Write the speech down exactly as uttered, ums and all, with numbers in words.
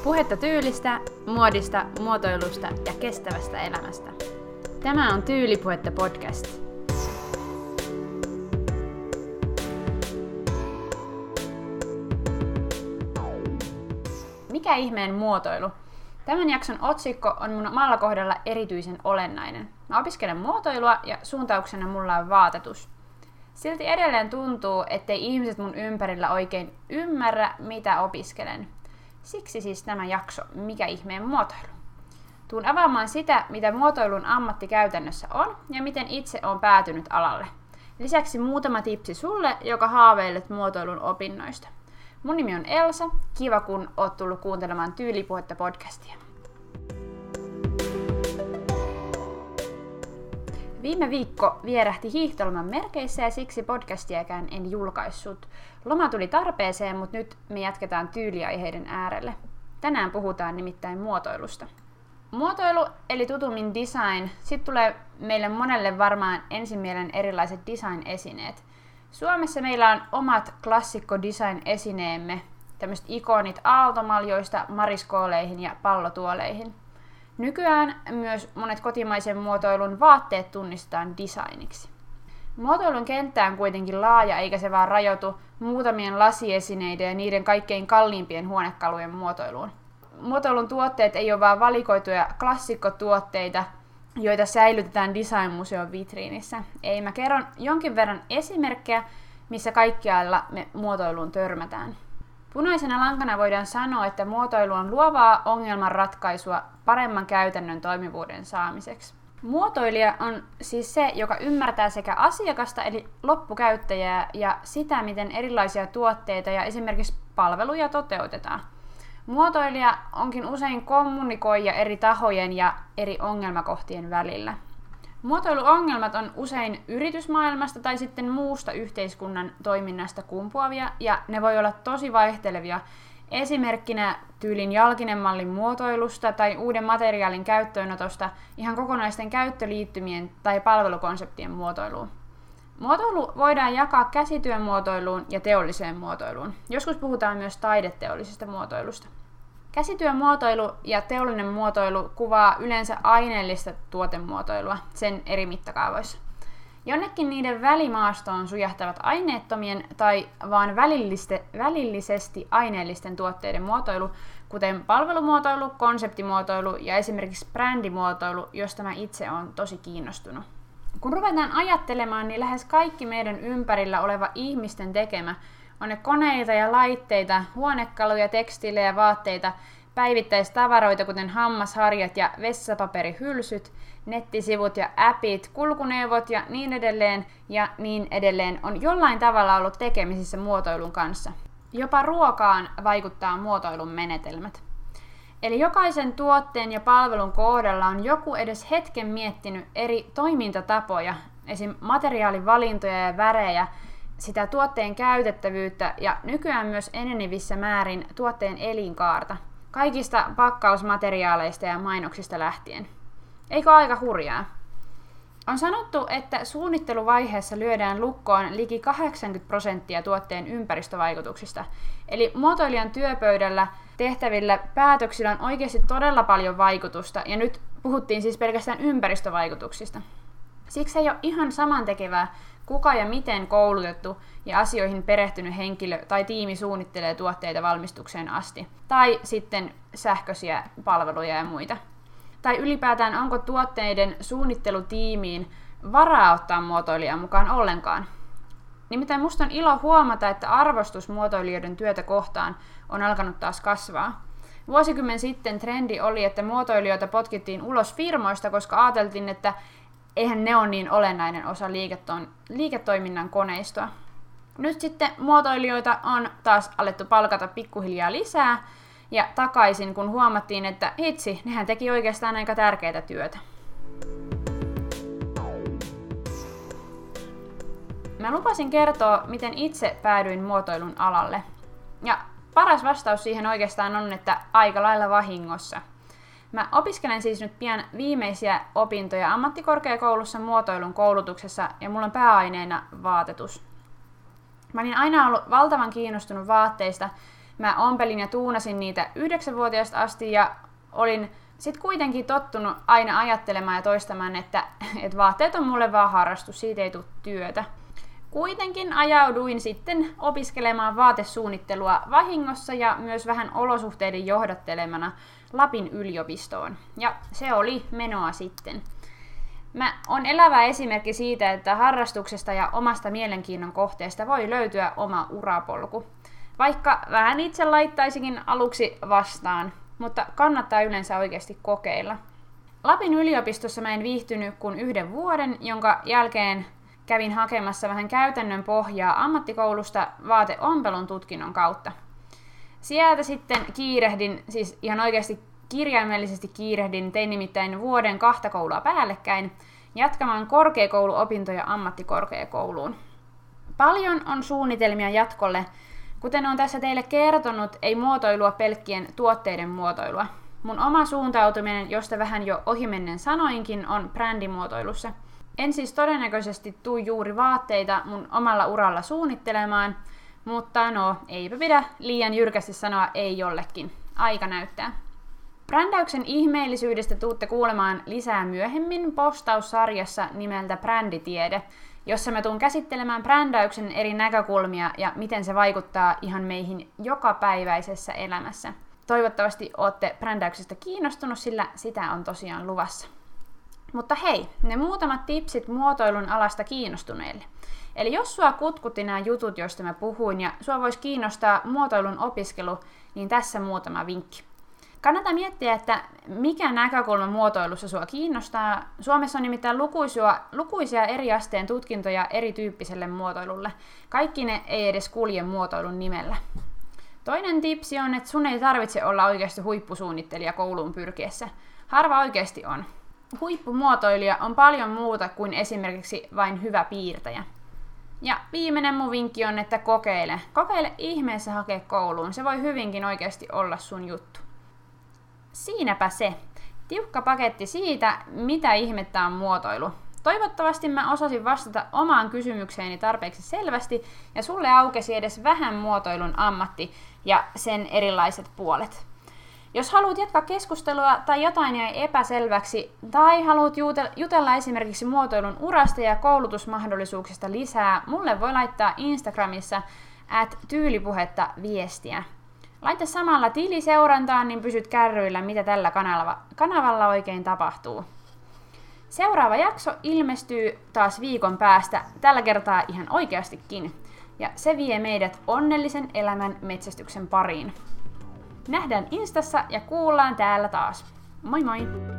Puhetta tyylistä, muodista, muotoilusta ja kestävästä elämästä. Tämä on Tyylipuhetta podcast. Mikä ihmeen muotoilu? Tämän jakson otsikko on mun omalla kohdalla erityisen olennainen. Mä opiskelen muotoilua ja suuntauksena mulla on vaatetus. Silti edelleen tuntuu, ettei ihmiset mun ympärillä oikein ymmärrä, mitä opiskelen. Siksi siis tämä jakso, mikä ihmeen muotoilu. Tuun avaamaan sitä, mitä muotoilun ammatti käytännössä on ja miten itse olen päätynyt alalle. Lisäksi muutama tipsi sulle, joka haaveilet muotoilun opinnoista. Mun nimi on Elsa, kiva kun oot tullut kuuntelemaan Tyylipuhetta podcastia. Viime viikko vierähti hiihtoloman merkeissä ja siksi podcastiakään en julkaissut. Loma tuli tarpeeseen, mutta nyt me jatketaan tyyliaiheiden äärelle. Tänään puhutaan nimittäin muotoilusta. Muotoilu, eli tutummin design, sit tulee meille monelle varmaan ensin mieleen erilaiset design-esineet. Suomessa meillä on omat klassikko-design-esineemme, tämmöiset ikonit aaltomaljoista mariskooleihin ja pallotuoleihin. Nykyään myös monet kotimaisen muotoilun vaatteet tunnistetaan designiksi. Muotoilun kenttä on kuitenkin laaja, eikä se vaan rajoitu muutamien lasiesineiden ja niiden kaikkein kalliimpien huonekalujen muotoiluun. Muotoilun tuotteet ei ole vaan valikoituja klassikkotuotteita, joita säilytetään Design-museon vitriinissä. Ei, mä kerron jonkin verran esimerkkejä, missä kaikkialla me muotoiluun törmätään. Punaisena lankana voidaan sanoa, että muotoilu on luovaa ongelmanratkaisua paremman käytännön toimivuuden saamiseksi. Muotoilija on siis se, joka ymmärtää sekä asiakasta eli loppukäyttäjää ja sitä, miten erilaisia tuotteita ja esimerkiksi palveluja toteutetaan. Muotoilija onkin usein kommunikoija eri tahojen ja eri ongelmakohtien välillä. Muotoiluongelmat on usein yritysmaailmasta tai sitten muusta yhteiskunnan toiminnasta kumpuavia ja ne voi olla tosi vaihtelevia. Esimerkkinä tyylin jalkinen mallin muotoilusta tai uuden materiaalin käyttöönotosta ihan kokonaisten käyttöliittymien tai palvelukonseptien muotoiluun. Muotoilu voidaan jakaa käsityömuotoiluun ja teolliseen muotoiluun. Joskus puhutaan myös taideteollisesta muotoilusta. Käsityömuotoilu ja teollinen muotoilu kuvaa yleensä aineellista tuotemuotoilua sen eri mittakaavoissa. Jonnekin niiden välimaastoon sujahtavat aineettomien tai vaan välillisesti aineellisten tuotteiden muotoilu, kuten palvelumuotoilu, konseptimuotoilu ja esimerkiksi brändimuotoilu, josta mä itse olen tosi kiinnostunut. Kun ruvetaan ajattelemaan, niin lähes kaikki meidän ympärillä oleva ihmisten tekemä on ne koneita ja laitteita, huonekaluja, tekstiilejä, vaatteita, päivittäistavaroita kuten hammasharjat ja vessapaperihylsyt, nettisivut ja appit, kulkuneuvot ja niin edelleen ja niin edelleen on jollain tavalla ollut tekemisissä muotoilun kanssa. Jopa ruokaan vaikuttaa muotoilun menetelmät. Eli jokaisen tuotteen ja palvelun kohdalla on joku edes hetken miettinyt eri toimintatapoja, esim. Materiaalivalintoja ja värejä, sitä tuotteen käytettävyyttä ja nykyään myös enenevissä määrin tuotteen elinkaarta, kaikista pakkausmateriaaleista ja mainoksista lähtien. Eikö aika hurjaa? On sanottu, että suunnitteluvaiheessa lyödään lukkoon liki kahdeksankymmentä prosenttia tuotteen ympäristövaikutuksista. Eli muotoilijan työpöydällä tehtävillä päätöksillä on oikeasti todella paljon vaikutusta, ja nyt puhuttiin siis pelkästään ympäristövaikutuksista. Siksi ei ole ihan samantekevää, kuka ja miten koulutettu ja asioihin perehtynyt henkilö tai tiimi suunnittelee tuotteita valmistukseen asti, tai sitten sähköisiä palveluja ja muita. Tai ylipäätään onko tuotteiden suunnittelutiimiin varaa ottaa muotoilijaa mukaan ollenkaan. Nimittäin musta on ilo huomata, että arvostus muotoilijoiden työtä kohtaan on alkanut taas kasvaa. Vuosikymmen sitten trendi oli, että muotoilijoita potkittiin ulos firmoista, koska ajateltiin, että eihän ne ole niin olennainen osa liiketoim- liiketoiminnan koneistoa. Nyt sitten muotoilijoita on taas alettu palkata pikkuhiljaa lisää ja takaisin, kun huomattiin, että hitsi, nehän teki oikeastaan aika tärkeää työtä. Mä lupasin kertoa, miten itse päädyin muotoilun alalle. Ja paras vastaus siihen oikeastaan on, että aika lailla vahingossa. Mä opiskelen siis nyt pian viimeisiä opintoja ammattikorkeakoulussa muotoilun koulutuksessa ja mulla on pääaineena vaatetus. Mä olin aina ollut valtavan kiinnostunut vaatteista, Mä ompelin ja tuunasin niitä yhdeksänvuotiaasta asti ja olin sitten kuitenkin tottunut aina ajattelemaan ja toistamaan, että, että vaatteet on mulle vaan harrastus, siitä ei tule työtä. Kuitenkin ajauduin sitten opiskelemaan vaatesuunnittelua vahingossa ja myös vähän olosuhteiden johdattelemana Lapin yliopistoon. Ja se oli menoa sitten. Mä on elävä esimerkki siitä, että harrastuksesta ja omasta mielenkiinnon kohteesta voi löytyä oma urapolku. Vaikka vähän itse laittaisikin aluksi vastaan, mutta kannattaa yleensä oikeasti kokeilla. Lapin yliopistossa mä en viihtynyt kuin yhden vuoden, jonka jälkeen kävin hakemassa vähän käytännön pohjaa ammattikoulusta vaateompelun tutkinnon kautta. Sieltä sitten kiirehdin, siis ihan oikeasti kirjaimellisesti kiirehdin, tein nimittäin vuoden kahta koulua päällekkäin, jatkamaan korkeakouluopintoja ammattikorkeakouluun. Paljon on suunnitelmia jatkolle. Kuten olen tässä teille kertonut, ei muotoilua pelkkien tuotteiden muotoilua. Mun oma suuntautuminen, josta vähän jo ohimennen sanoinkin, on brändimuotoilussa. En siis todennäköisesti tuu juuri vaatteita mun omalla uralla suunnittelemaan, mutta no, eipä pidä liian jyrkästi sanoa ei jollekin. Aika näyttää. Brändäyksen ihmeellisyydestä tuutte kuulemaan lisää myöhemmin postaussarjassa nimeltä Bränditiede, jossa mä tuun käsittelemään brändäyksen eri näkökulmia ja miten se vaikuttaa ihan meihin jokapäiväisessä elämässä. Toivottavasti ootte brändäyksestä kiinnostunut, sillä sitä on tosiaan luvassa. Mutta hei, ne muutamat tipsit muotoilun alasta kiinnostuneille. Eli jos sua kutkutti nämä jutut, joista mä puhuin, ja sua voisi kiinnostaa muotoilun opiskelu, niin tässä muutama vinkki. Kannattaa miettiä, että mikä näkökulma muotoilussa sua kiinnostaa. Suomessa on nimittäin lukuisia, lukuisia eri asteen tutkintoja erityyppiselle muotoilulle. Kaikki ne ei edes kulje muotoilun nimellä. Toinen tipsi on, että sun ei tarvitse olla oikeasti huippusuunnittelija kouluun pyrkiessä. Harva oikeasti on. Huippumuotoilija on paljon muuta kuin esimerkiksi vain hyvä piirtäjä. Ja viimeinen mun vinkki on, että kokeile. Kokeile ihmeessä hakea kouluun. Se voi hyvinkin oikeasti olla sun juttu. Siinäpä se. Tiukka paketti siitä, mitä ihmettä on muotoilu. Toivottavasti mä osasin vastata omaan kysymykseeni tarpeeksi selvästi ja sulle aukesi edes vähän muotoilun ammatti ja sen erilaiset puolet. Jos haluat jatkaa keskustelua tai jotain jäi epäselväksi tai haluat jutella esimerkiksi muotoilun urasta ja koulutusmahdollisuuksista lisää, mulle voi laittaa Instagramissa at tyylipuhetta viestiä. Laita samalla tili seurantaan, niin pysyt kärryillä, mitä tällä kanavalla, kanavalla oikein tapahtuu. Seuraava jakso ilmestyy taas viikon päästä, tällä kertaa ihan oikeastikin, ja se vie meidät onnellisen elämän metsästyksen pariin. Nähdään Instassa ja kuullaan täällä taas. Moi moi!